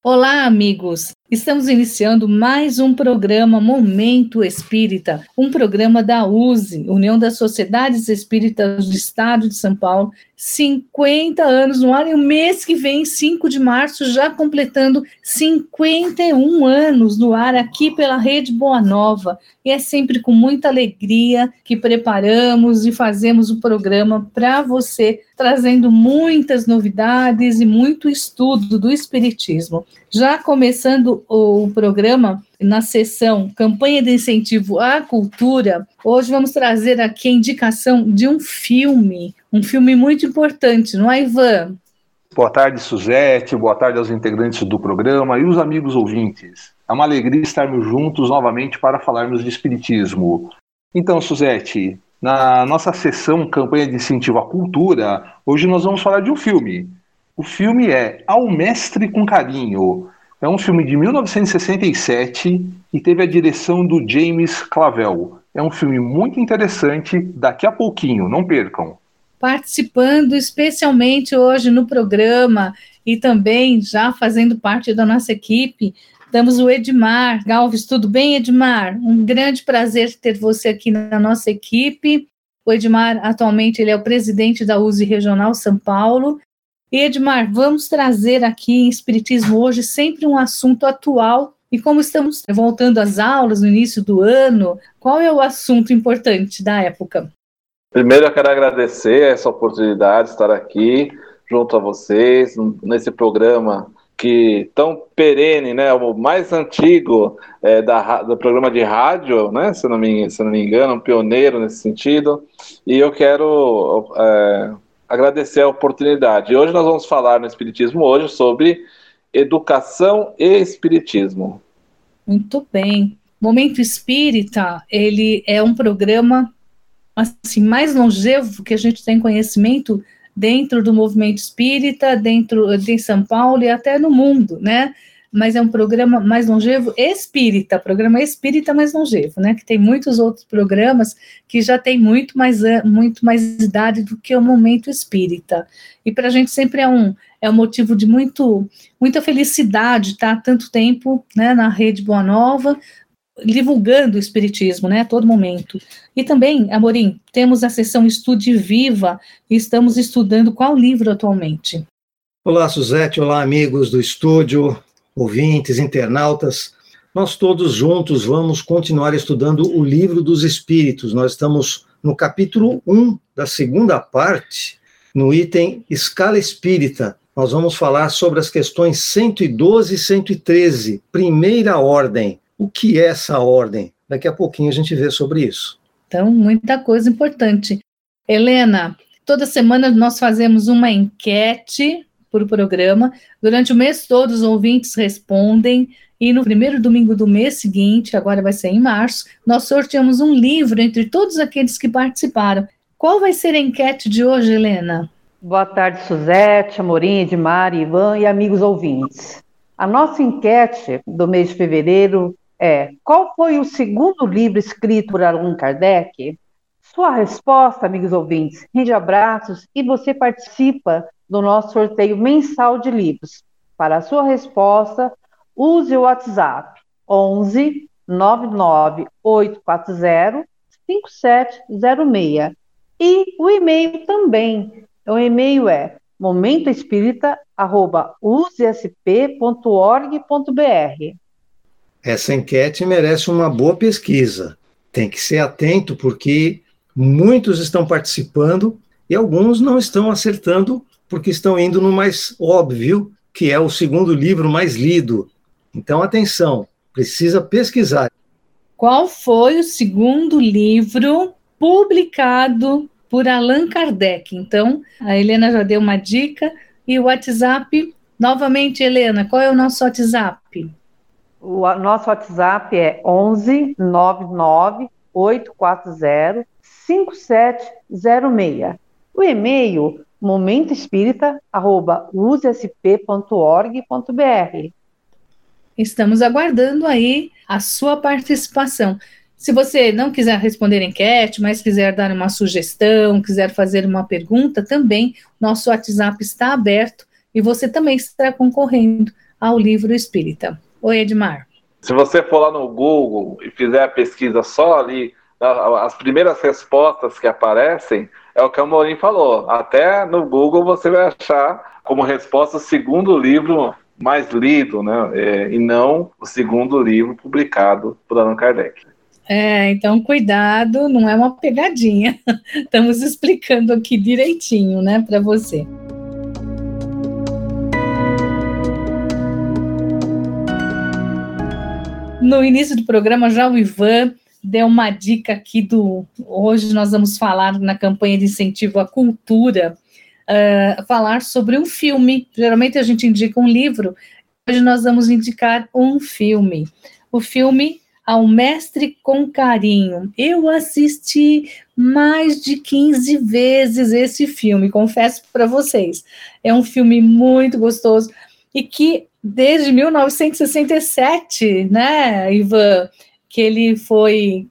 Olá, amigos! Estamos iniciando mais um programa Momento Espírita, um programa da USE, União das Sociedades Espíritas do Estado de São Paulo, 50 anos no ar, e o mês que vem, 5 de março, já completando 51 anos no ar aqui pela Rede Boa Nova. E é sempre com muita alegria que preparamos e fazemos o programa para você, trazendo muitas novidades e muito estudo do Espiritismo. Já começando o programa, na sessão Campanha de Incentivo à Cultura, hoje vamos trazer aqui a indicação de um filme muito importante, não é, Ivan? Boa tarde, Suzete, boa tarde aos integrantes do programa e os amigos ouvintes. É uma alegria estarmos juntos novamente para falarmos de Espiritismo. Então, Suzete, na nossa sessão Campanha de Incentivo à Cultura, hoje nós vamos falar de um filme. O filme é Ao Mestre com Carinho. É um filme de 1967 e teve a direção do James Clavell. É um filme muito interessante, daqui a pouquinho, não percam. Participando especialmente hoje no programa e também já fazendo parte da nossa equipe, temos o Edmar Galves. Tudo bem, Edmar? Um grande prazer ter você aqui na nossa equipe. O Edmar, atualmente, ele é o presidente da USE Regional São Paulo. E, Edmar, vamos trazer aqui em Espiritismo hoje sempre um assunto atual. E como estamos voltando às aulas no início do ano, qual é o assunto importante da época? Primeiro, eu quero agradecer essa oportunidade de estar aqui junto a vocês, nesse programa que tão perene, né, o mais antigo do programa de rádio, né, se não me engano, um pioneiro nesse sentido. E eu quero agradecer a oportunidade. E hoje nós vamos falar no Espiritismo hoje sobre educação e espiritismo. Muito bem. Momento Espírita, ele é um programa assim, mais longevo que a gente tem conhecimento dentro do movimento espírita, dentro de São Paulo e até no mundo, né? Mas é um programa mais longevo espírita, programa espírita mais longevo, né? Que tem muitos outros programas que já têm muito mais idade do que o momento espírita. E para a gente sempre é um motivo de muita felicidade estar tanto tempo, né, na Rede Boa Nova, divulgando o Espiritismo, né, a todo momento. E também, Amorim, temos a sessão Estude Viva e estamos estudando qual livro atualmente? Olá, Suzete, olá, amigos do estúdio, ouvintes, internautas. Nós todos juntos vamos continuar estudando o Livro dos Espíritos. Nós estamos no capítulo 1 da segunda parte, no item Escala Espírita. Nós vamos falar sobre as questões 112 e 113, primeira ordem. O que é essa ordem? Daqui a pouquinho a gente vê sobre isso. Então, muita coisa importante. Helena, toda semana nós fazemos uma enquete por programa. Durante o mês todo os ouvintes respondem e no primeiro domingo do mês seguinte, agora vai ser em março, nós sorteamos um livro entre todos aqueles que participaram. Qual vai ser a enquete de hoje, Helena? Boa tarde, Suzete, Amorim, Edmar, Ivan e amigos ouvintes. A nossa enquete do mês de fevereiro qual foi o segundo livro escrito por Allan Kardec? Sua resposta, amigos ouvintes, rende abraços e você participa do nosso sorteio mensal de livros. Para a sua resposta, use o WhatsApp 11 99 840 5706 e o e-mail também. O e-mail é momentoespírita@usesp.org.br. Essa enquete merece uma boa pesquisa. Tem que ser atento porque muitos estão participando e alguns não estão acertando porque estão indo no mais óbvio, que é o segundo livro mais lido. Então, atenção, precisa pesquisar. Qual foi o segundo livro publicado por Allan Kardec? Então, a Helena já deu uma dica. E o WhatsApp, novamente, Helena, qual é o nosso WhatsApp? O nosso WhatsApp é 11 99 840 5706. O e-mail momentoespírita@usesp.org.br. Estamos aguardando aí a sua participação. Se você não quiser responder a enquete, mas quiser dar uma sugestão, quiser fazer uma pergunta, também nosso WhatsApp está aberto e você também estará concorrendo ao livro espírita. Oi, Edmar. Se você for lá no Google e fizer a pesquisa só ali, as primeiras respostas que aparecem é o que a Amorim falou. Até no Google você vai achar como resposta o segundo livro mais lido, né? E não o segundo livro publicado por Allan Kardec. Então cuidado, não é uma pegadinha. Estamos explicando aqui direitinho, né, para você. No início do programa, já o Ivan deu uma dica aqui hoje nós vamos falar na campanha de incentivo à cultura, falar sobre um filme. Geralmente a gente indica um livro, hoje nós vamos indicar um filme. O filme Ao Mestre com Carinho. Eu assisti mais de 15 vezes esse filme, confesso para vocês. É um filme muito gostoso e que desde 1967, né, Ivan, que ele foi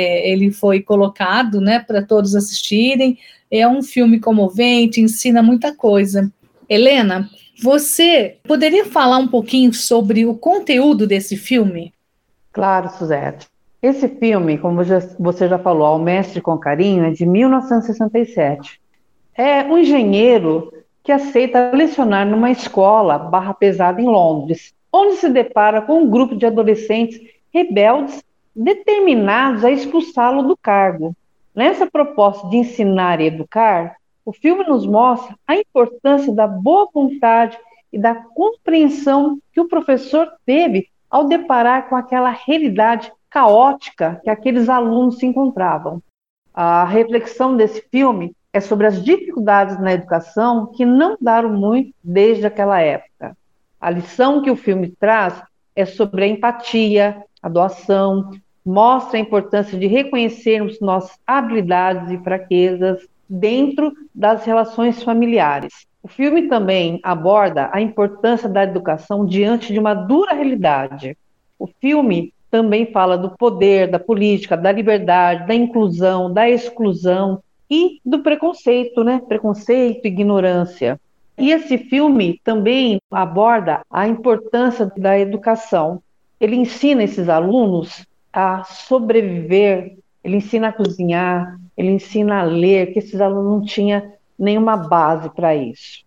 colocado, né, para todos assistirem. É um filme comovente, ensina muita coisa. Helena, você poderia falar um pouquinho sobre o conteúdo desse filme? Claro, Suzete. Esse filme, como você já falou, Ao Mestre com Carinho, é de 1967. É um engenheiro que aceita lecionar numa escola barra pesada em Londres, onde se depara com um grupo de adolescentes rebeldes determinados a expulsá-lo do cargo. Nessa proposta de ensinar e educar, o filme nos mostra a importância da boa vontade e da compreensão que o professor teve ao deparar com aquela realidade caótica que aqueles alunos se encontravam. A reflexão desse filme é sobre as dificuldades na educação que não mudaram muito desde aquela época. A lição que o filme traz é sobre a empatia, a doação, mostra a importância de reconhecermos nossas habilidades e fraquezas dentro das relações familiares. O filme também aborda a importância da educação diante de uma dura realidade. O filme também fala do poder, da política, da liberdade, da inclusão, da exclusão e do preconceito, né? Preconceito e ignorância. E esse filme também aborda a importância da educação. Ele ensina esses alunos a sobreviver, ele ensina a cozinhar, ele ensina a ler, que esses alunos não tinham nenhuma base para isso.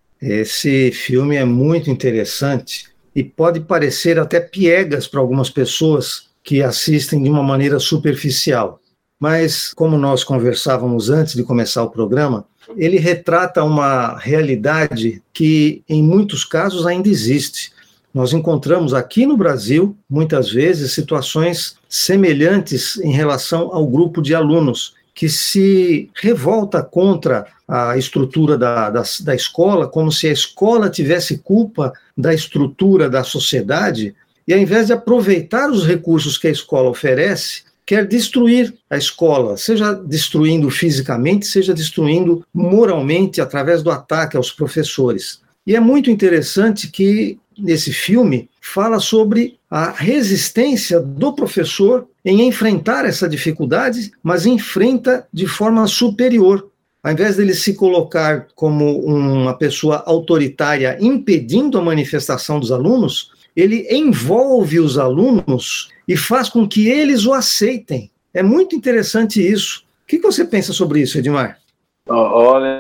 Esse filme é muito interessante e pode parecer até piegas para algumas pessoas que assistem de uma maneira superficial. Mas, como nós conversávamos antes de começar o programa, ele retrata uma realidade que, em muitos casos, ainda existe. Nós encontramos aqui no Brasil, muitas vezes, situações semelhantes em relação ao grupo de alunos que se revolta contra a estrutura da escola, como se a escola tivesse culpa da estrutura da sociedade, e ao invés de aproveitar os recursos que a escola oferece, quer destruir a escola, seja destruindo fisicamente, seja destruindo moralmente através do ataque aos professores. E é muito interessante que esse filme fala sobre a resistência do professor em enfrentar essa dificuldade, mas enfrenta de forma superior. Ao invés dele se colocar como uma pessoa autoritária impedindo a manifestação dos alunos, ele envolve os alunos e faz com que eles o aceitem. É muito interessante isso. O que você pensa sobre isso, Edmar? Olha,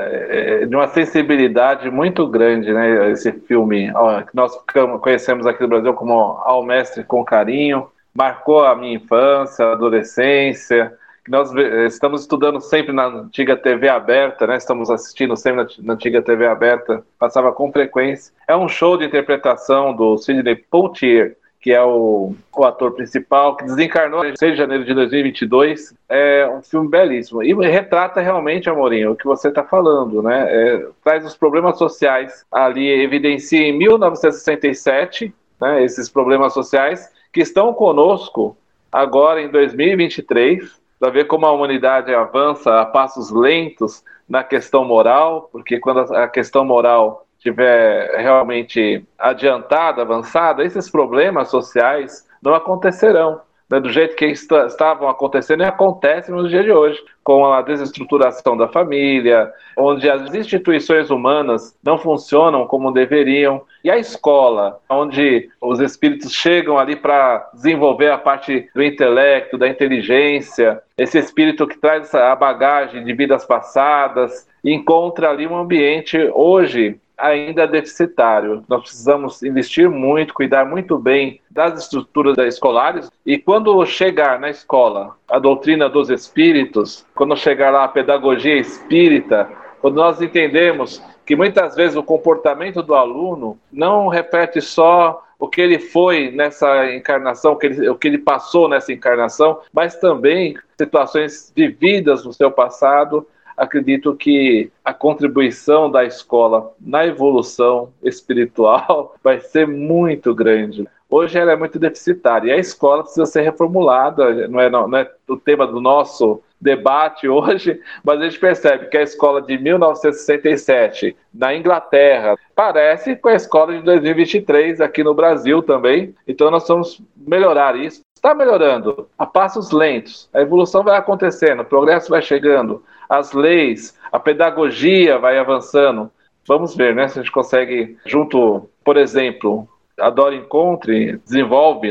de uma sensibilidade muito grande, né, esse filme, que nós conhecemos aqui no Brasil como Ao Mestre com Carinho, marcou a minha infância, a adolescência, que nós estamos estudando sempre na antiga TV aberta, né, estamos assistindo sempre na antiga TV aberta, passava com frequência. É um show de interpretação do Sidney Poitier, que é o ator principal, que desencarnou em 6 de janeiro de 2022. É um filme belíssimo. E retrata realmente, Amorim, o que você está falando, né? Traz os problemas sociais ali, evidencia em 1967, né, esses problemas sociais que estão conosco agora em 2023, para ver como a humanidade avança a passos lentos na questão moral, porque quando a questão moral estiver realmente adiantada, avançada, esses problemas sociais não acontecerão, né, do jeito que estavam acontecendo e acontecem no dia de hoje, com a desestruturação da família, onde as instituições humanas não funcionam como deveriam. E a escola, onde os espíritos chegam ali para desenvolver a parte do intelecto, da inteligência, esse espírito que traz a bagagem de vidas passadas, encontra ali um ambiente hoje ainda deficitário. Nós precisamos investir muito, cuidar muito bem das estruturas escolares, e quando chegar na escola a doutrina dos espíritos, quando chegar lá a pedagogia espírita, quando nós entendemos que muitas vezes o comportamento do aluno não reflete só o que ele foi nessa encarnação, o que ele passou nessa encarnação, mas também situações vividas no seu passado. Acredito que a contribuição da escola na evolução espiritual vai ser muito grande. Hoje ela é muito deficitária e a escola precisa ser reformulada, não é o tema do nosso debate hoje, mas a gente percebe que a escola de 1967 na Inglaterra parece com a escola de 2023 aqui no Brasil também, então nós vamos melhorar isso. Está melhorando a passos lentos, a evolução vai acontecendo, o progresso vai chegando, as leis, a pedagogia vai avançando. Vamos ver, né, se a gente consegue, junto, por exemplo, a Dora Encontre desenvolve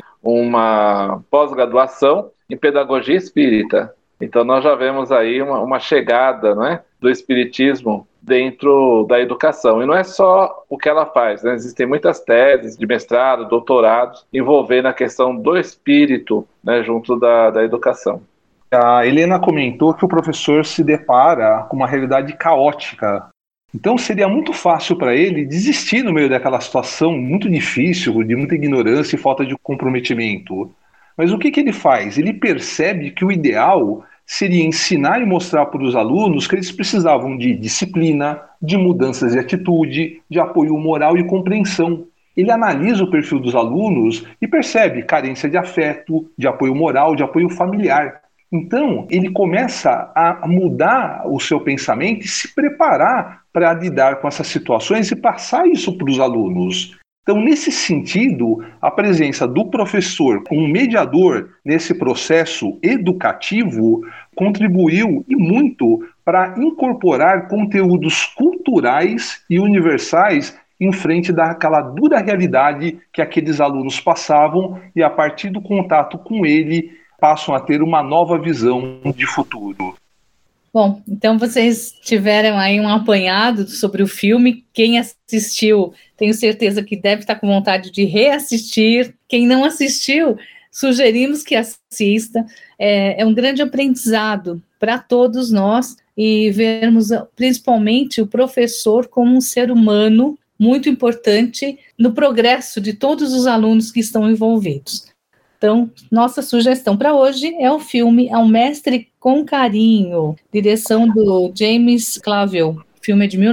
uma pós-graduação em pedagogia espírita. Então nós já vemos aí uma chegada, né, do espiritismo dentro da educação. E não é só o que ela faz, né? Existem muitas teses de mestrado, doutorados, envolvendo a questão do espírito, né, junto da educação. A Helena comentou que o professor se depara com uma realidade caótica. Então seria muito fácil para ele desistir no meio daquela situação muito difícil, de muita ignorância e falta de comprometimento. Mas o que ele faz? Ele percebe que o ideal seria ensinar e mostrar para os alunos que eles precisavam de disciplina, de mudanças de atitude, de apoio moral e compreensão. Ele analisa o perfil dos alunos e percebe carência de afeto, de apoio moral, de apoio familiar. Então, ele começa a mudar o seu pensamento e se preparar para lidar com essas situações e passar isso para os alunos. Então, nesse sentido, a presença do professor como mediador nesse processo educativo contribuiu e muito para incorporar conteúdos culturais e universais em frente daquela dura realidade que aqueles alunos passavam e, a partir do contato com ele, passam a ter uma nova visão de futuro. Bom, então vocês tiveram aí um apanhado sobre o filme. Quem assistiu, tenho certeza que deve estar com vontade de reassistir. Quem não assistiu, sugerimos que assista. É um grande aprendizado para todos nós e vermos principalmente o professor como um ser humano muito importante no progresso de todos os alunos que estão envolvidos. Então, nossa sugestão para hoje é o filme Ao Mestre com Carinho, direção do James Clavell. O filme é de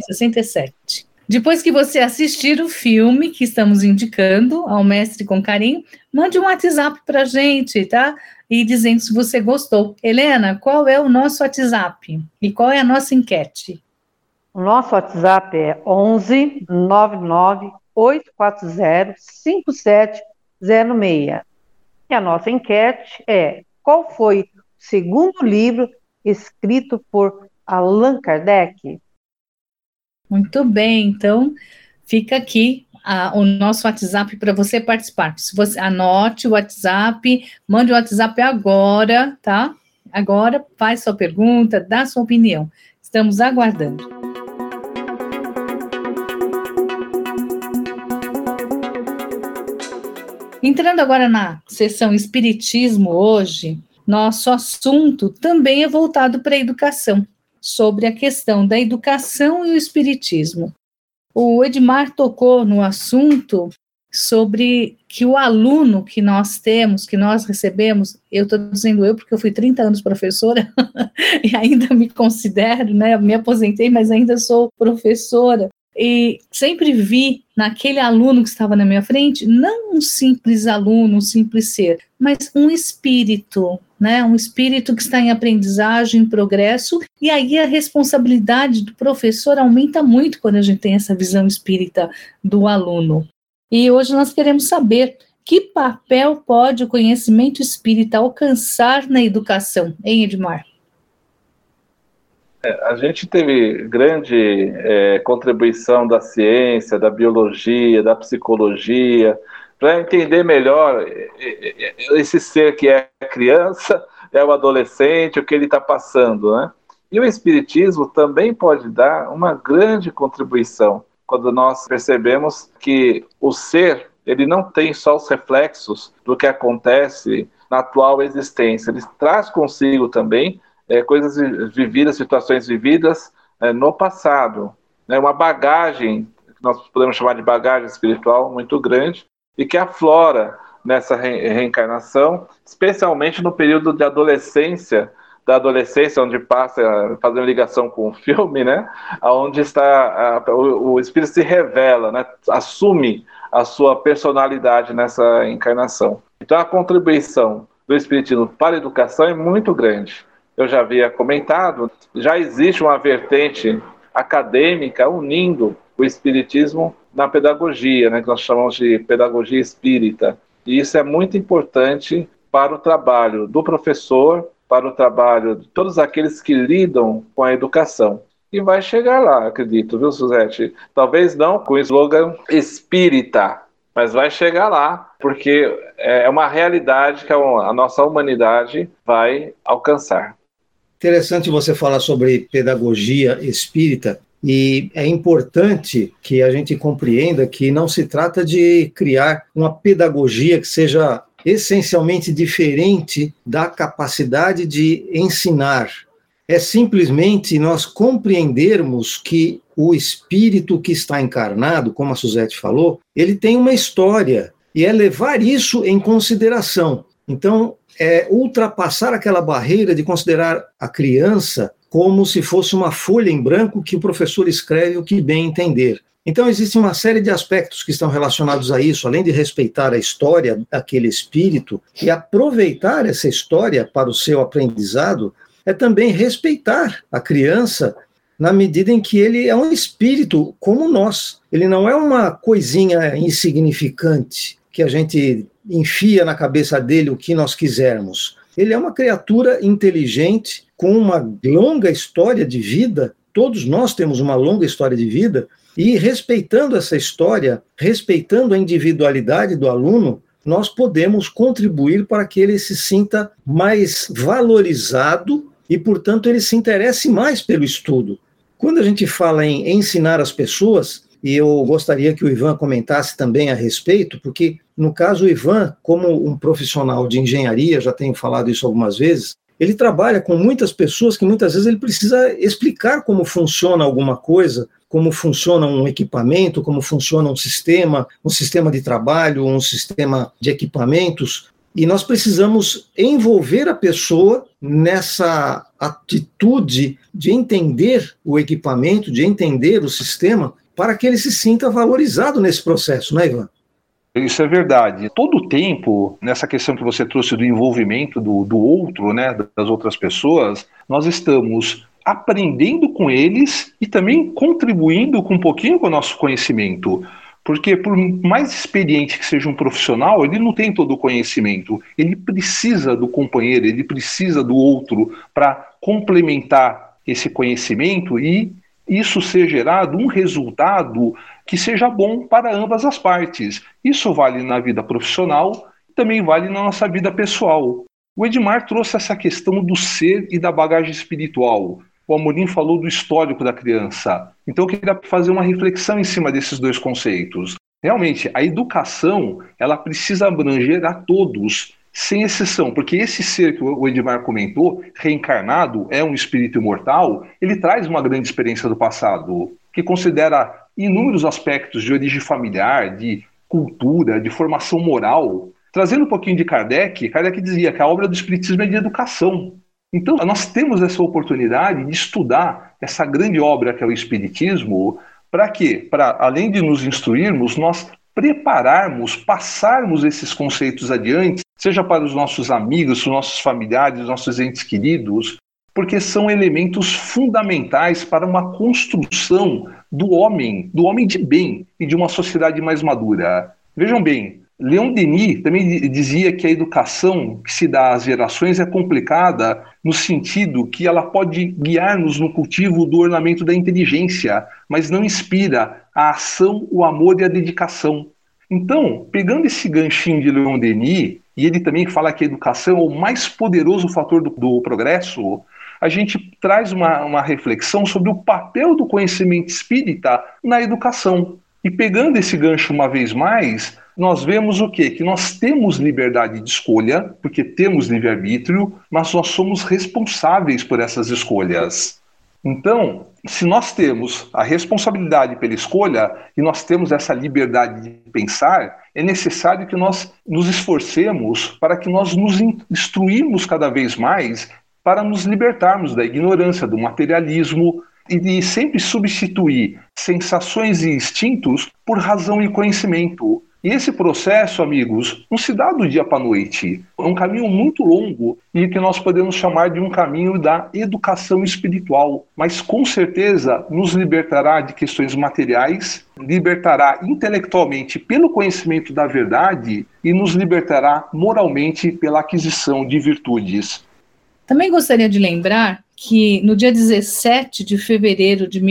1967. Depois que você assistir o filme que estamos indicando, Ao Mestre com Carinho, mande um WhatsApp para a gente, tá? E dizendo se você gostou. Helena, qual é o nosso WhatsApp? E qual é a nossa enquete? O nosso WhatsApp é 11 99 840 5706. E a nossa enquete é: qual foi o segundo livro escrito por Allan Kardec? Muito bem, então fica aqui o nosso WhatsApp para você participar. Se você anote o WhatsApp, mande o WhatsApp agora, tá? Agora faz sua pergunta, dá sua opinião. Estamos aguardando. Entrando agora na sessão Espiritismo hoje, nosso assunto também é voltado para a educação, sobre a questão da educação e o Espiritismo. O Edmar tocou no assunto sobre que o aluno que nós temos, que nós recebemos, eu estou dizendo eu porque eu fui 30 anos professora e ainda me considero, né, me aposentei, mas ainda sou professora. E sempre vi naquele aluno que estava na minha frente, não um simples aluno, um simples ser, mas um espírito, né? Um espírito que está em aprendizagem, em progresso, e aí a responsabilidade do professor aumenta muito quando a gente tem essa visão espírita do aluno. E hoje nós queremos saber que papel pode o conhecimento espírita alcançar na educação, hein, Edmar? A gente teve grande contribuição da ciência, da biologia, da psicologia, para entender melhor esse ser que é criança, é o adolescente, o que ele está passando, né? E o Espiritismo também pode dar uma grande contribuição quando nós percebemos que o ser, ele não tem só os reflexos do que acontece na atual existência, ele traz consigo também coisas vividas, situações vividas no passado, né? Uma bagagem, que nós podemos chamar de bagagem espiritual muito grande, e que aflora nessa reencarnação, especialmente no período de adolescência, da adolescência, onde passa, fazendo ligação com o filme, né? Onde está o espírito se revela, né? Assume a sua personalidade nessa encarnação. Então a contribuição do espiritismo para a educação é muito grande. Eu já havia comentado, já existe uma vertente acadêmica unindo o espiritismo na pedagogia, né? Que nós chamamos de pedagogia espírita. E isso é muito importante para o trabalho do professor, para o trabalho de todos aqueles que lidam com a educação. E vai chegar lá, acredito, viu, Suzete? Talvez não com o slogan espírita, mas vai chegar lá, porque é uma realidade que a nossa humanidade vai alcançar. Interessante você falar sobre pedagogia espírita, e é importante que a gente compreenda que não se trata de criar uma pedagogia que seja essencialmente diferente da capacidade de ensinar. É simplesmente nós compreendermos que o espírito que está encarnado, como a Suzete falou, ele tem uma história, e é levar isso em consideração. Então, é ultrapassar aquela barreira de considerar a criança como se fosse uma folha em branco que o professor escreve o que bem entender. Então, existe uma série de aspectos que estão relacionados a isso, além de respeitar a história daquele espírito e aproveitar essa história para o seu aprendizado, é também respeitar a criança na medida em que ele é um espírito como nós. Ele não é uma coisinha insignificante que a gente enfia na cabeça dele o que nós quisermos. Ele é uma criatura inteligente, com uma longa história de vida. Todos nós temos uma longa história de vida, e respeitando essa história, respeitando a individualidade do aluno, nós podemos contribuir para que ele se sinta mais valorizado e, portanto, ele se interesse mais pelo estudo. Quando a gente fala em ensinar as pessoas, e eu gostaria que o Ivan comentasse também a respeito, porque, no caso, o Ivan, como um profissional de engenharia, já tenho falado isso algumas vezes, ele trabalha com muitas pessoas que muitas vezes ele precisa explicar como funciona alguma coisa, como funciona um equipamento, como funciona um sistema de trabalho, um sistema de equipamentos, e nós precisamos envolver a pessoa nessa atitude de entender o equipamento, de entender o sistema, para que ele se sinta valorizado nesse processo, né, Ivan? Isso é verdade. Todo o tempo, nessa questão que você trouxe do envolvimento do outro, né, das outras pessoas, nós estamos aprendendo com eles e também contribuindo com um pouquinho com o nosso conhecimento. Porque por mais experiente que seja um profissional, ele não tem todo o conhecimento. Ele precisa do companheiro, ele precisa do outro para complementar esse conhecimento e isso ser gerado um resultado que seja bom para ambas as partes. Isso vale na vida profissional e também vale na nossa vida pessoal. O Edmar trouxe essa questão do ser e da bagagem espiritual. O Amorim falou do histórico da criança. Então eu queria fazer uma reflexão em cima desses dois conceitos. Realmente, a educação, ela precisa abranger a todos, sem exceção, porque esse ser que o Edmar comentou, reencarnado, é um espírito imortal, ele traz uma grande experiência do passado, que considera inúmeros aspectos de origem familiar, de cultura, de formação moral. Trazendo um pouquinho de Kardec, Kardec dizia que a obra do espiritismo é de educação. Então, nós temos essa oportunidade de estudar essa grande obra que é o espiritismo, para quê? Para, além de nos instruirmos, nós prepararmos, passarmos esses conceitos adiante, seja para os nossos amigos, os nossos familiares, os nossos entes queridos, porque são elementos fundamentais para uma construção do homem de bem e de uma sociedade mais madura. Vejam bem, Leon Denis também dizia que a educação que se dá às gerações é complicada no sentido que ela pode guiar-nos no cultivo do ornamento da inteligência, mas não inspira a ação, o amor e a dedicação. Então, pegando esse ganchinho de Leon Denis, e ele também fala que a educação é o mais poderoso fator do progresso, a gente traz uma reflexão sobre o papel do conhecimento espírita na educação. E pegando esse gancho uma vez mais, nós vemos o quê? Que nós temos liberdade de escolha, porque temos livre-arbítrio, mas nós somos responsáveis por essas escolhas. Então, se nós temos a responsabilidade pela escolha e nós temos essa liberdade de pensar, é necessário que nós nos esforcemos para que nós nos instruímos cada vez mais para nos libertarmos da ignorância, do materialismo e de sempre substituir sensações e instintos por razão e conhecimento. E esse processo, amigos, não se dá do dia para a noite. É um caminho muito longo e que nós podemos chamar de um caminho da educação espiritual. Mas com certeza nos libertará de questões materiais, libertará intelectualmente pelo conhecimento da verdade e nos libertará moralmente pela aquisição de virtudes. Também gostaria de lembrar que no dia 17 de fevereiro de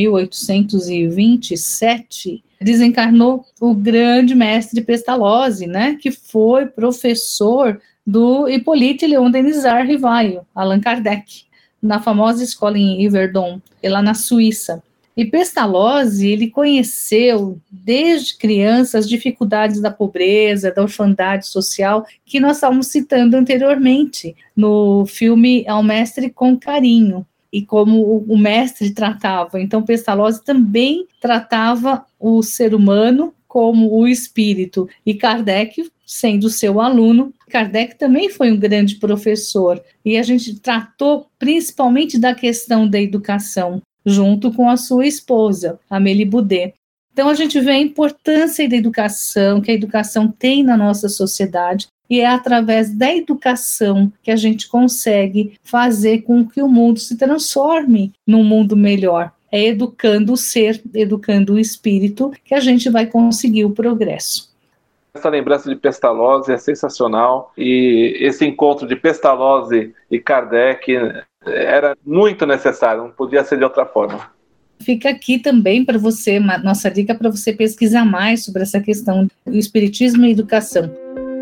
1827, desencarnou o grande mestre Pestalozzi, né, que foi professor do Hippolyte Léon Denis Rivaio, Allan Kardec, na famosa escola em Yverdon, lá na Suíça. E Pestalozzi, ele conheceu desde criança as dificuldades da pobreza, da orfandade social, que nós estávamos citando anteriormente no filme Ao Mestre com Carinho, e como o mestre tratava. Então, Pestalozzi também tratava o ser humano como o espírito, e Kardec, sendo seu aluno, Kardec também foi um grande professor, e a gente tratou principalmente da questão da educação, junto com a sua esposa, Amélie Boudet. Então, a gente vê a importância da educação, que a educação tem na nossa sociedade, e é através da educação que a gente consegue fazer com que o mundo se transforme num mundo melhor. É educando o ser, educando o espírito, que a gente vai conseguir o progresso. Essa lembrança de Pestalozzi é sensacional, e esse encontro de Pestalozzi e Kardec era muito necessário, não podia ser de outra forma. Fica aqui também para você, nossa dica para você pesquisar mais sobre essa questão do espiritismo e educação.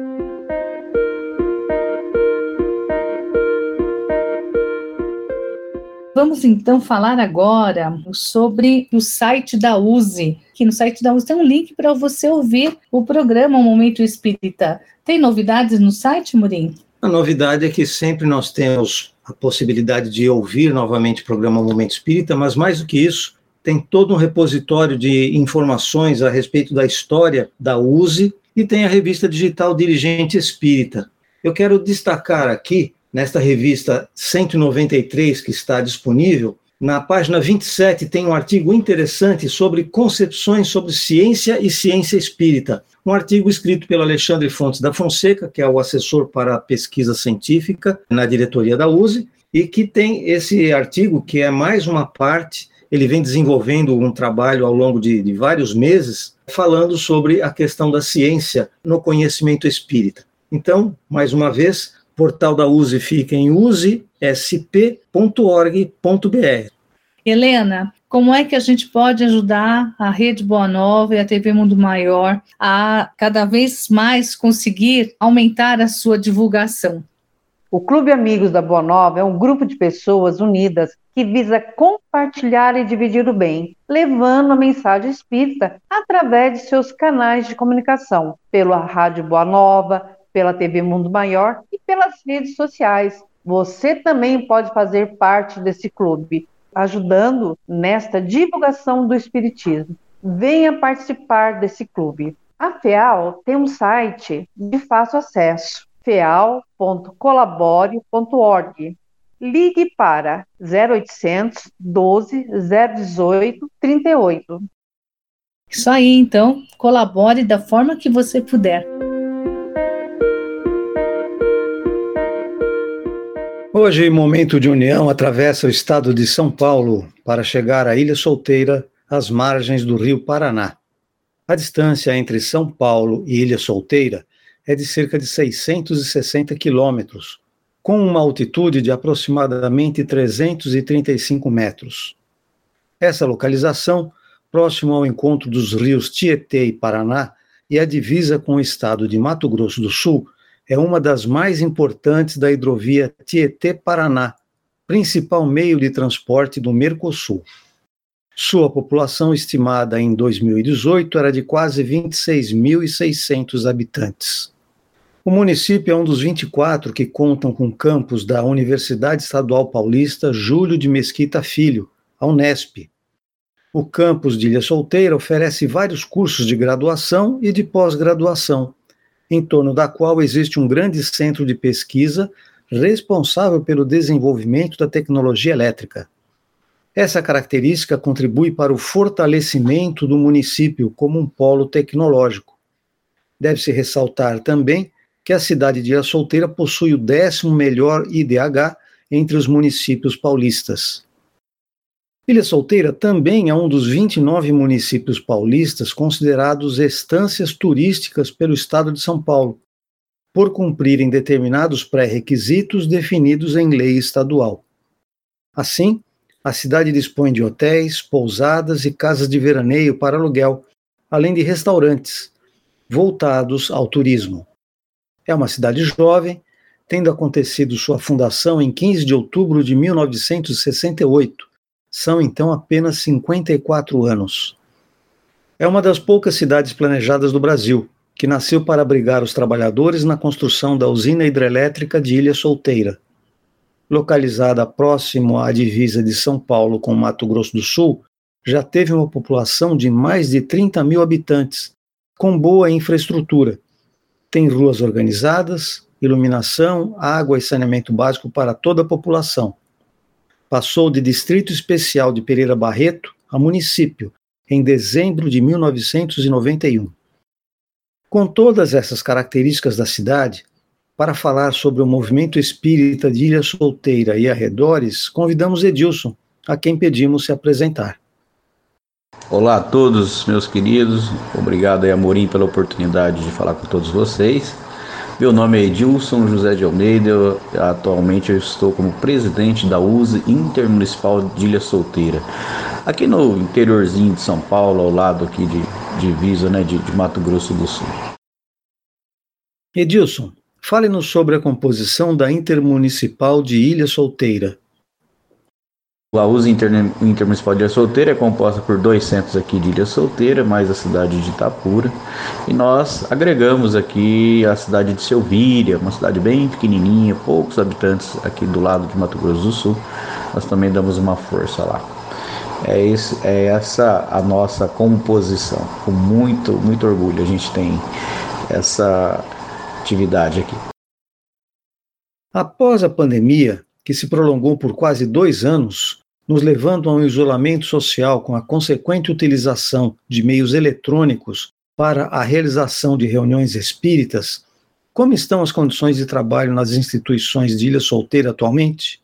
Vamos então falar agora sobre o site da USE, que no site da USE tem um link para você ouvir o programa Momento Espírita. Tem novidades no site, Murim? A novidade é que sempre nós temos a possibilidade de ouvir novamente o programa Momento Espírita, mas mais do que isso, tem todo um repositório de informações a respeito da história da USE e tem a revista digital Dirigente Espírita. Eu quero destacar aqui, nesta revista 193 que está disponível, na página 27 tem um artigo interessante sobre concepções sobre ciência e ciência espírita. Um artigo escrito pelo Alexandre Fontes da Fonseca, que é o assessor para a pesquisa científica na diretoria da USE, e que tem esse artigo, que é mais uma parte, ele vem desenvolvendo um trabalho ao longo de vários meses, falando sobre a questão da ciência no conhecimento espírita. Então, mais uma vez, o portal da USE fica em usesp.org.br. Helena, como é que a gente pode ajudar a Rede Boa Nova e a TV Mundo Maior a cada vez mais conseguir aumentar a sua divulgação? O Clube Amigos da Boa Nova é um grupo de pessoas unidas que visa compartilhar e dividir o bem, levando a mensagem espírita através de seus canais de comunicação, pela Rádio Boa Nova, pela TV Mundo Maior e pelas redes sociais. Você também pode fazer parte desse clube, ajudando nesta divulgação do espiritismo. Venha participar desse clube. A FEAL tem um site de fácil acesso, feal.colabore.org. Ligue para 0800 12 018 38. Isso aí, então, colabore da forma que você puder. Hoje, Momento de União atravessa o estado de São Paulo para chegar à Ilha Solteira, às margens do Rio Paraná. A distância entre São Paulo e Ilha Solteira é de cerca de 660 quilômetros, com uma altitude de aproximadamente 335 metros. Essa localização, próximo ao encontro dos rios Tietê e Paraná, e a divisa com o estado de Mato Grosso do Sul, é uma das mais importantes da hidrovia Tietê-Paraná, principal meio de transporte do Mercosul. Sua população estimada em 2018 era de quase 26.600 habitantes. O município é um dos 24 que contam com campus da Universidade Estadual Paulista Júlio de Mesquita Filho, a Unesp. O campus de Ilha Solteira oferece vários cursos de graduação e de pós-graduação, em torno da qual existe um grande centro de pesquisa responsável pelo desenvolvimento da tecnologia elétrica. Essa característica contribui para o fortalecimento do município como um polo tecnológico. Deve-se ressaltar também que a cidade de Ilha Solteira possui o 10º melhor IDH entre os municípios paulistas. Ilha Solteira também é um dos 29 municípios paulistas considerados estâncias turísticas pelo Estado de São Paulo, por cumprirem determinados pré-requisitos definidos em lei estadual. Assim, a cidade dispõe de hotéis, pousadas e casas de veraneio para aluguel, além de restaurantes, voltados ao turismo. É uma cidade jovem, tendo acontecido sua fundação em 15 de outubro de 1968. São, então, apenas 54 anos. É uma das poucas cidades planejadas do Brasil, que nasceu para abrigar os trabalhadores na construção da usina hidrelétrica de Ilha Solteira. Localizada próximo à divisa de São Paulo com Mato Grosso do Sul, já teve uma população de mais de 30 mil habitantes, com boa infraestrutura. Tem ruas organizadas, iluminação, água e saneamento básico para toda a população. Passou de Distrito Especial de Pereira Barreto a município, em dezembro de 1991. Com todas essas características da cidade, para falar sobre o movimento espírita de Ilha Solteira e arredores, convidamos Edilson, a quem pedimos se apresentar. Olá a todos, meus queridos. Obrigado aí, Amorim, pela oportunidade de falar com todos vocês. Meu nome é Edilson José de Almeida. Atualmente eu estou como presidente da USE Intermunicipal de Ilha Solteira, aqui no interiorzinho de São Paulo, ao lado aqui de divisa, né, de Mato Grosso do Sul. Edilson, fale-nos sobre a composição da Intermunicipal de Ilha Solteira. A USE Intermunicipal de Ilha Solteira é composta por 2 centros aqui de Ilha Solteira, mais a cidade de Itapura, e nós agregamos aqui a cidade de Selvíria, uma cidade bem pequenininha, poucos habitantes aqui do lado de Mato Grosso do Sul. Nós também damos uma força lá. É essa a nossa composição. Com muito orgulho a gente tem essa atividade aqui. Após a pandemia, que se prolongou por quase 2 anos, nos levando a um isolamento social com a consequente utilização de meios eletrônicos para a realização de reuniões espíritas, como estão as condições de trabalho nas instituições de Ilha Solteira atualmente?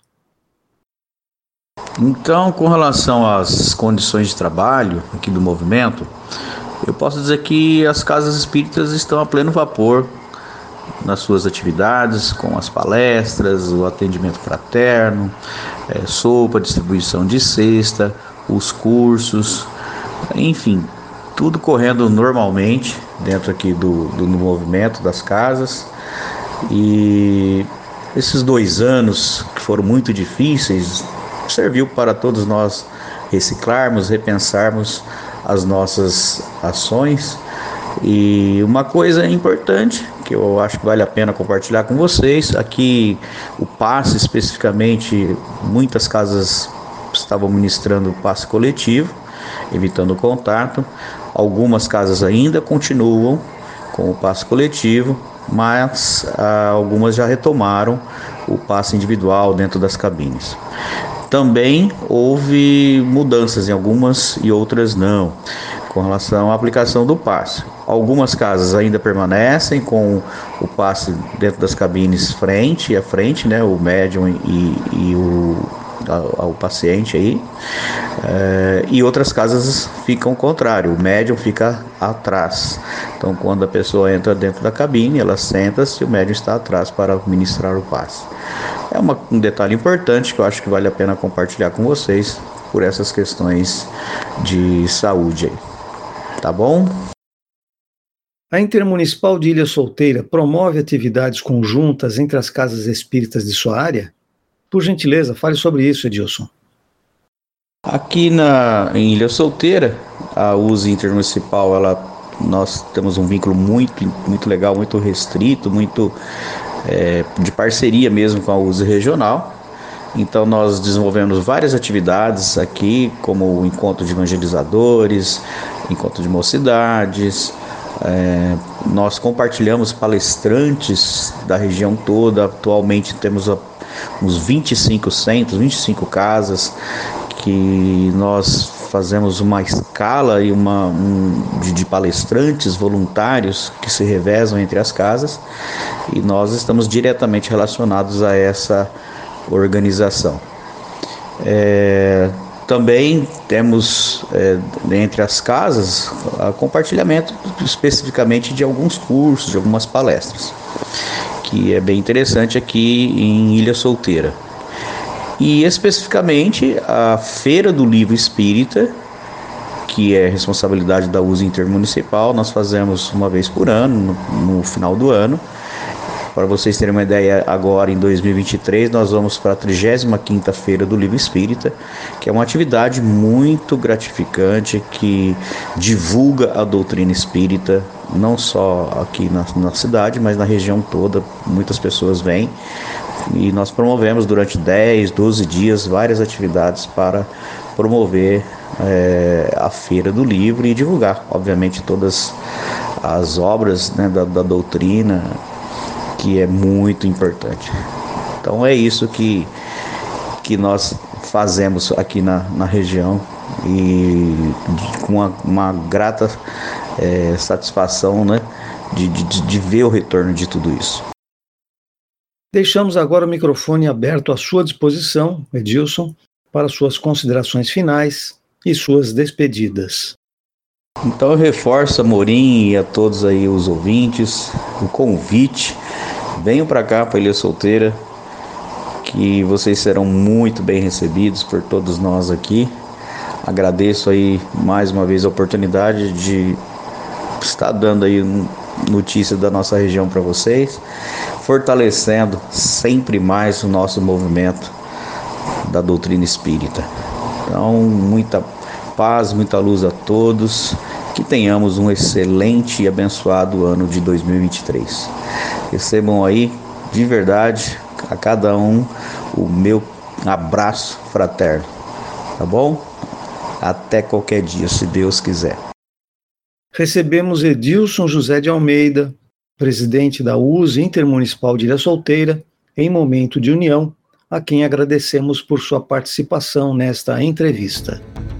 Então, com relação às condições de trabalho aqui do movimento, eu posso dizer que as casas espíritas estão a pleno vapor nas suas atividades, com as palestras, o atendimento fraterno, sopa, distribuição de cesta, os cursos, enfim, tudo correndo normalmente dentro aqui do movimento das casas. E esses 2 anos que foram muito difíceis serviu para todos nós reciclarmos, repensarmos as nossas ações. E uma coisa importante que eu acho que vale a pena compartilhar com vocês, aqui o passe especificamente, muitas casas estavam ministrando o passe coletivo, evitando o contato. Algumas casas ainda continuam com o passe coletivo, mas algumas já retomaram o passe individual dentro das cabines. Também houve mudanças em algumas e outras não, com relação à aplicação do passe. Algumas casas ainda permanecem com o passe dentro das cabines frente a frente, né, o médium e ao paciente aí, e outras casas ficam ao contrário, o médium fica atrás. Então, quando a pessoa entra dentro da cabine, ela senta-se e o médium está atrás para ministrar o passe. É um detalhe importante que eu acho que vale a pena compartilhar com vocês por essas questões de saúde aí. Tá bom? A Intermunicipal de Ilha Solteira promove atividades conjuntas entre as casas espíritas de sua área? Por gentileza, fale sobre isso, Edilson. Aqui em Ilha Solteira, a USE Intermunicipal, nós temos um vínculo muito legal, muito restrito, muito de parceria mesmo com a USE Regional. Então nós desenvolvemos várias atividades aqui, como o encontro de evangelizadores, encontro de mocidades. Nós compartilhamos palestrantes da região toda. Atualmente temos uns 25 centros, 25 casas, que nós fazemos uma escala e de palestrantes voluntários que se revezam entre as casas, e nós estamos diretamente relacionados a essa organização. Também temos entre as casas compartilhamento especificamente de alguns cursos, de algumas palestras, que é bem interessante aqui em Ilha Solteira. E especificamente a Feira do Livro Espírita, que é responsabilidade da USE Intermunicipal, nós fazemos uma vez por ano, no final do ano. Para vocês terem uma ideia, agora em 2023 nós vamos para a 35ª Feira do Livro Espírita, que é uma atividade muito gratificante, que divulga a doutrina espírita, não só aqui na cidade, mas na região toda. Muitas pessoas vêm, e nós promovemos durante 10, 12 dias várias atividades para promover a Feira do Livro e divulgar, obviamente, todas as obras, né, da doutrina, que é muito importante. Então é isso que nós fazemos aqui na região, e com uma grata satisfação, né, de ver o retorno de tudo isso. Deixamos agora o microfone aberto à sua disposição, Edilson, para suas considerações finais e suas despedidas. Então eu reforço a Amorim e a todos aí os ouvintes o convite. Venham para cá, para Ilha Solteira, que vocês serão muito bem recebidos por todos nós aqui. Agradeço aí mais uma vez a oportunidade de estar dando aí notícia da nossa região para vocês, fortalecendo sempre mais o nosso movimento da doutrina espírita. Então, muita paz, muita luz a todos, que tenhamos um excelente e abençoado ano de 2023. Recebam aí, de verdade, a cada um, o meu abraço fraterno, tá bom? Até qualquer dia, se Deus quiser. Recebemos Edilson José de Almeida, presidente da USE Intermunicipal de Ilha Solteira, em momento de união, a quem agradecemos por sua participação nesta entrevista.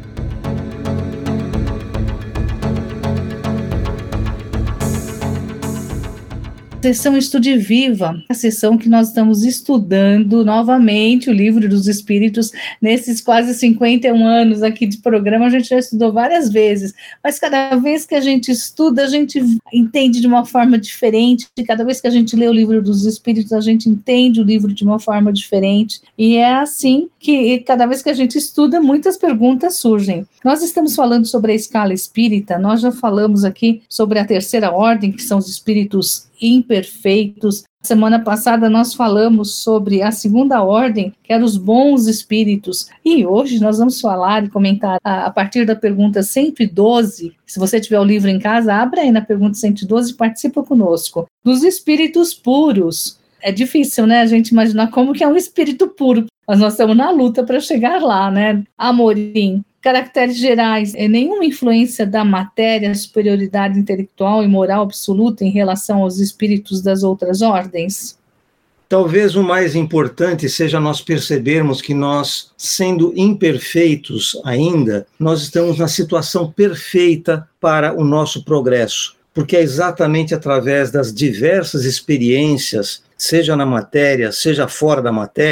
Sessão Estude Viva, a sessão que nós estamos estudando novamente o Livro dos Espíritos. Nesses quase 51 anos aqui de programa, a gente já estudou várias vezes, mas cada vez que a gente estuda, a gente entende de uma forma diferente. Cada vez que a gente lê o Livro dos Espíritos, a gente entende o livro de uma forma diferente, e é assim que cada vez que a gente estuda, muitas perguntas surgem. Nós estamos falando sobre a escala espírita, nós já falamos aqui sobre a terceira ordem, que são os espíritos imperfeitos. Semana passada nós falamos sobre a segunda ordem, que eram os bons espíritos, e hoje nós vamos falar e comentar a partir da pergunta 112. Se você tiver o livro em casa, abra aí na pergunta 112 e participa conosco. Dos espíritos puros. É difícil, né, a gente imaginar como que é um espírito puro, mas nós estamos na luta para chegar lá, né? Amorim. Caracteres gerais, nenhuma influência da matéria, superioridade intelectual e moral absoluta em relação aos espíritos das outras ordens? Talvez o mais importante seja nós percebermos que nós, sendo imperfeitos ainda, nós estamos na situação perfeita para o nosso progresso, porque é exatamente através das diversas experiências, seja na matéria, seja fora da matéria,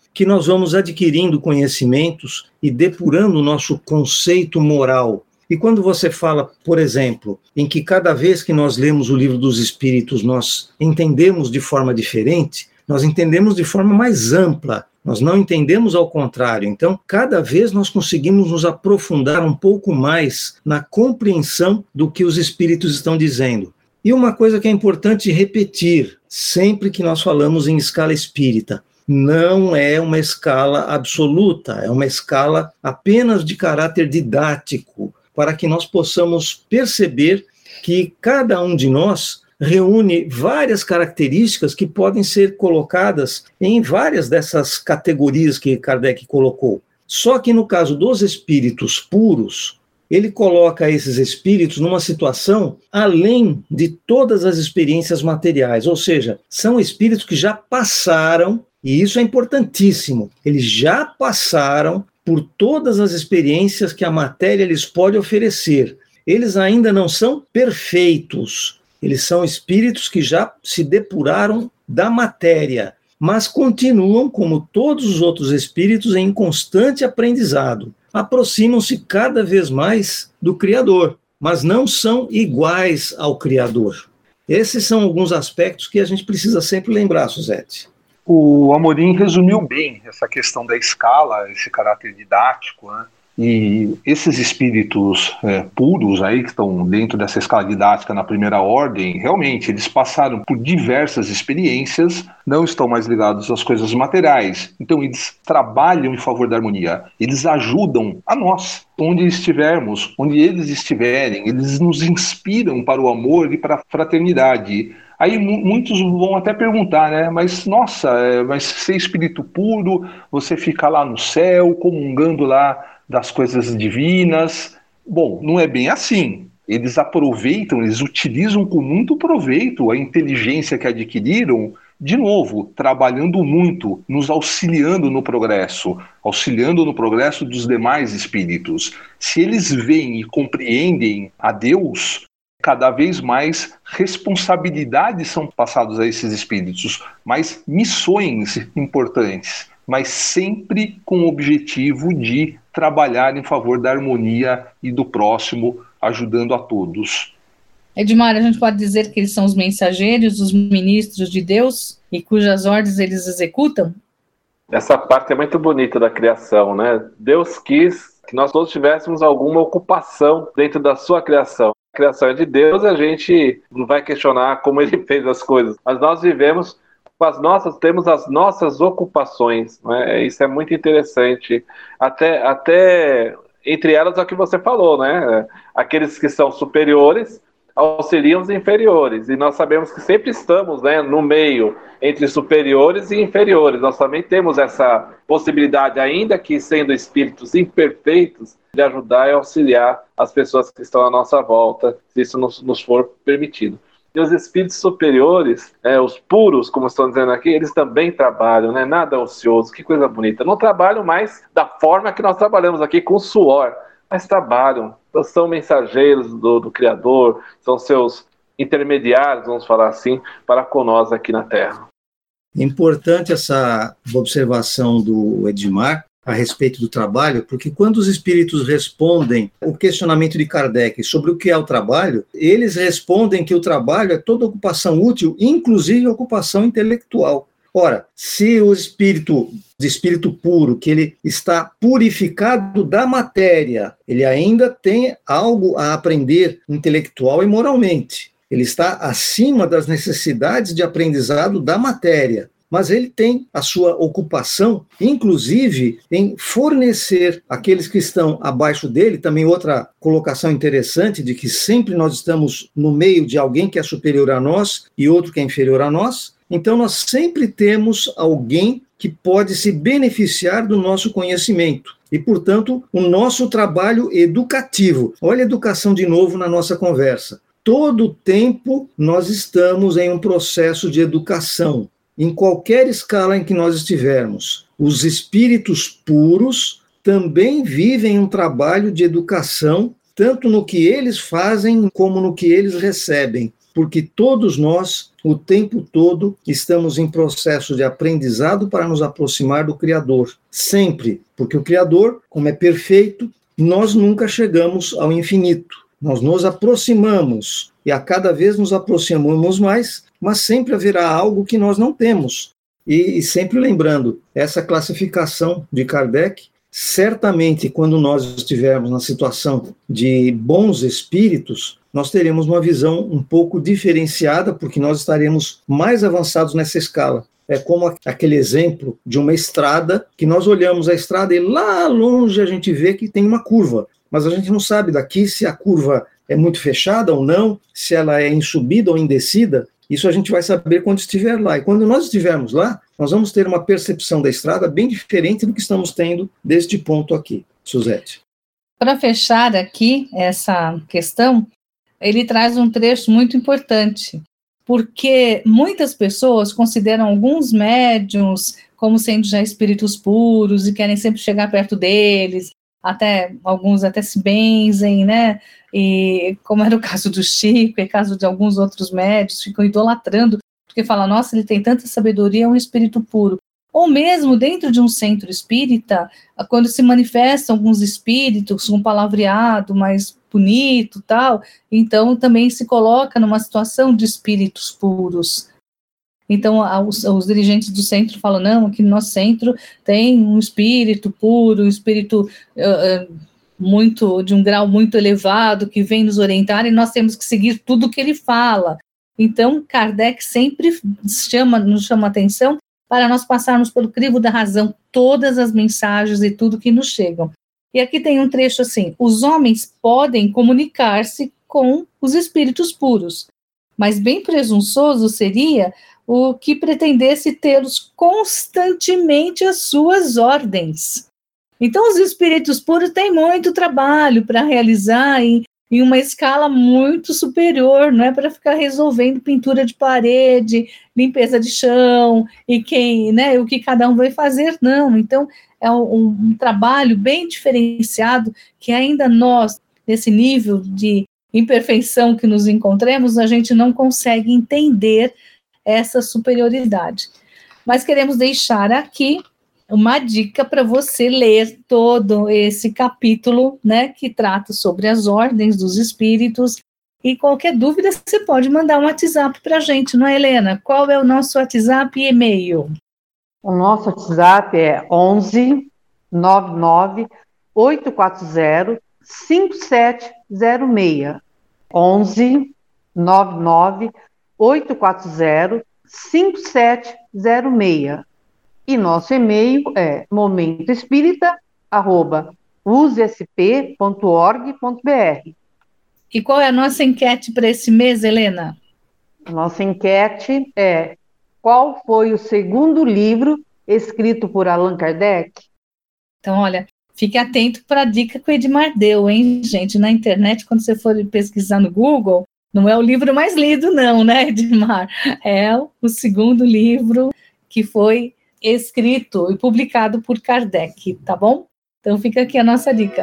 que nós vamos adquirindo conhecimentos e depurando o nosso conceito moral. E quando você fala, por exemplo, em que cada vez que nós lemos o Livro dos Espíritos, nós entendemos de forma diferente, nós entendemos de forma mais ampla, nós não entendemos ao contrário. Então, cada vez nós conseguimos nos aprofundar um pouco mais na compreensão do que os Espíritos estão dizendo. E uma coisa que é importante repetir, sempre que nós falamos em escala espírita, não é uma escala absoluta, é uma escala apenas de caráter didático, para que nós possamos perceber que cada um de nós reúne várias características que podem ser colocadas em várias dessas categorias que Kardec colocou. Só que no caso dos espíritos puros, ele coloca esses espíritos numa situação além de todas as experiências materiais, ou seja, são espíritos que já passaram, e isso é importantíssimo, eles já passaram por todas as experiências que a matéria lhes pode oferecer. Eles ainda não são perfeitos, eles são espíritos que já se depuraram da matéria, mas continuam, como todos os outros espíritos, em constante aprendizado. Aproximam-se cada vez mais do Criador, mas não são iguais ao Criador. Esses são alguns aspectos que a gente precisa sempre lembrar, Suzete. O Amorim resumiu bem essa questão da escala, esse caráter didático, né? E esses espíritos puros aí que estão dentro dessa escala didática na primeira ordem, realmente eles passaram por diversas experiências, não estão mais ligados às coisas materiais. Então eles trabalham em favor da harmonia, eles ajudam a nós, onde estivermos, onde eles estiverem, eles nos inspiram para o amor e para a fraternidade. Aí muitos vão até perguntar, né? Mas nossa, mas ser espírito puro, você fica lá no céu, comungando lá das coisas divinas. Bom, não é bem assim. Eles aproveitam, eles utilizam com muito proveito a inteligência que adquiriram, de novo, trabalhando muito, nos auxiliando no progresso dos demais espíritos. Se eles veem e compreendem a Deus, cada vez mais responsabilidades são passadas a esses espíritos, mais missões importantes, mas sempre com o objetivo de trabalhar em favor da harmonia e do próximo, ajudando a todos. Edmar, a gente pode dizer que eles são os mensageiros, os ministros de Deus, e cujas ordens eles executam? Essa parte é muito bonita da criação, né? Deus quis que nós todos tivéssemos alguma ocupação dentro da sua criação. A criação é de Deus, a gente não vai questionar como ele fez as coisas, mas nós vivemos temos as nossas ocupações, né? Isso é muito interessante. Até entre elas é o que você falou, né? Aqueles que são superiores auxiliam os inferiores, e nós sabemos que sempre estamos, né, no meio entre superiores e inferiores. Nós também temos essa possibilidade, ainda que sendo espíritos imperfeitos, de ajudar e auxiliar as pessoas que estão à nossa volta, se isso nos for permitido. E os espíritos superiores, os puros, como estão dizendo aqui, eles também trabalham, né? Nada ocioso, que coisa bonita. Não trabalham mais da forma que nós trabalhamos aqui, com suor, mas trabalham. Então, são mensageiros do Criador, são seus intermediários, vamos falar assim, para com nós aqui na Terra. Importante essa observação do Edmar a respeito do trabalho, porque quando os espíritos respondem o questionamento de Kardec sobre o que é o trabalho, eles respondem que o trabalho é toda ocupação útil, inclusive ocupação intelectual. Ora, se o espírito puro, que ele está purificado da matéria, ele ainda tem algo a aprender intelectual e moralmente. Ele está acima das necessidades de aprendizado da matéria. Mas ele tem a sua ocupação, inclusive, em fornecer àqueles que estão abaixo dele, também outra colocação interessante de que sempre nós estamos no meio de alguém que é superior a nós e outro que é inferior a nós, então nós sempre temos alguém que pode se beneficiar do nosso conhecimento e, portanto, o nosso trabalho educativo. Olha a educação de novo na nossa conversa. Todo o tempo nós estamos em um processo de educação. Em qualquer escala em que nós estivermos, os espíritos puros também vivem um trabalho de educação, tanto no que eles fazem como no que eles recebem, porque todos nós o tempo todo estamos em processo de aprendizado para nos aproximar do Criador. Sempre, porque o Criador, como é perfeito, nós nunca chegamos ao infinito. Nós nos aproximamos e a cada vez nos aproximamos mais, mas sempre haverá algo que nós não temos. E sempre lembrando, essa classificação de Kardec, certamente quando nós estivermos na situação de bons espíritos, nós teremos uma visão um pouco diferenciada, porque nós estaremos mais avançados nessa escala. É como aquele exemplo de uma estrada, que nós olhamos a estrada e lá longe a gente vê que tem uma curva, mas a gente não sabe daqui se a curva é muito fechada ou não, se ela é em subida ou em descida. Isso a gente vai saber quando estiver lá. E quando nós estivermos lá, nós vamos ter uma percepção da estrada bem diferente do que estamos tendo deste ponto aqui. Suzete. Para fechar aqui essa questão, ele traz um trecho muito importante, porque muitas pessoas consideram alguns médiuns como sendo já espíritos puros e querem sempre chegar perto deles, até alguns até se benzem, né? E como era o caso do Chico, e o caso de alguns outros médiuns, ficam idolatrando, porque falam, nossa, ele tem tanta sabedoria, é um espírito puro. Ou mesmo dentro de um centro espírita, quando se manifestam alguns espíritos com um palavreado mais bonito, tal, então também se coloca numa situação de espíritos puros. Então, os dirigentes do centro falam, não, aqui no nosso centro tem um espírito puro, um espírito muito de um grau muito elevado, que vem nos orientar, e nós temos que seguir tudo o que ele fala. Então, Kardec sempre nos chama atenção para nós passarmos pelo crivo da razão todas as mensagens e tudo que nos chegam. E aqui tem um trecho assim, os homens podem comunicar-se com os espíritos puros, mas bem presunçoso seria o que pretendesse tê-los constantemente às suas ordens. Então, os espíritos puros têm muito trabalho para realizar em uma escala muito superior, não é para ficar resolvendo pintura de parede, limpeza de chão, e o que cada um vai fazer, não. Então, é um trabalho bem diferenciado, que ainda nós, nesse nível de imperfeição que nos encontramos, a gente não consegue entender essa superioridade. Mas queremos deixar aqui uma dica para você ler todo esse capítulo, né, que trata sobre as ordens dos espíritos, e qualquer dúvida você pode mandar um WhatsApp para a gente, não é, Helena? Qual é o nosso WhatsApp e e-mail? O nosso WhatsApp é 11 99 840 5706. 11 99 840 5706. E nosso e-mail é momentoespírita@usesp.org.br. E qual é a nossa enquete para esse mês, Helena? A nossa enquete é: qual foi o segundo livro escrito por Allan Kardec? Então, olha, fique atento para a dica que o Edmar deu, hein, gente? Na internet, quando você for pesquisar no Google, não é o livro mais lido, não, né, Edmar? É o segundo livro que foi escrito e publicado por Kardec, tá bom? Então fica aqui a nossa dica.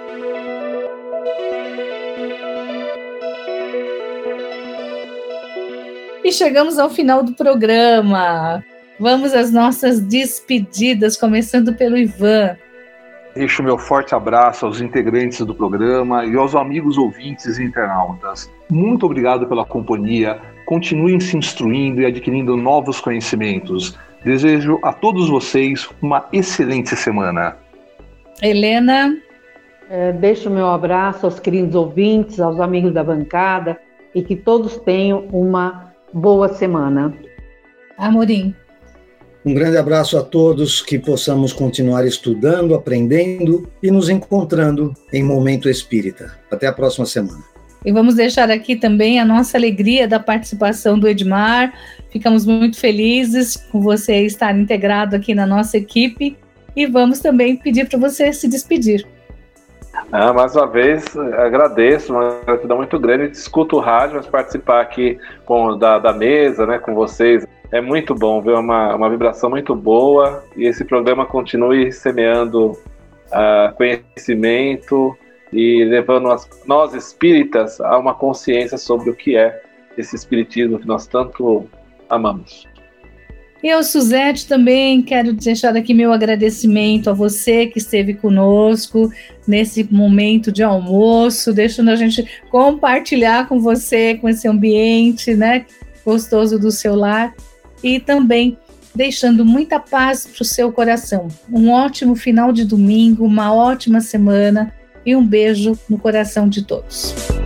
E chegamos ao final do programa. Vamos às nossas despedidas, começando pelo Ivan. Deixo meu forte abraço aos integrantes do programa e aos amigos ouvintes e internautas. Muito obrigado pela companhia. Continuem se instruindo e adquirindo novos conhecimentos. Desejo a todos vocês uma excelente semana. Helena? Deixo meu abraço aos queridos ouvintes, aos amigos da bancada, e que todos tenham uma boa semana. Amorim? Um grande abraço a todos, que possamos continuar estudando, aprendendo e nos encontrando em Momento Espírita. Até a próxima semana. E vamos deixar aqui também a nossa alegria da participação do Edmar. Ficamos muito felizes com você estar integrado aqui na nossa equipe, e vamos também pedir para você se despedir. Mais uma vez, agradeço, uma gratidão muito grande. Escuto o rádio, mas participar aqui da mesa, né, com vocês, é muito bom, ver uma vibração muito boa, e esse programa continue semeando conhecimento e levando nós espíritas a uma consciência sobre o que é esse espiritismo que nós tanto amamos. Eu, Suzete, também quero deixar aqui meu agradecimento a você que esteve conosco nesse momento de almoço, deixando a gente compartilhar com você, com esse ambiente, né, gostoso do seu lar, e também deixando muita paz para o seu coração. Um ótimo final de domingo, uma ótima semana e um beijo no coração de todos.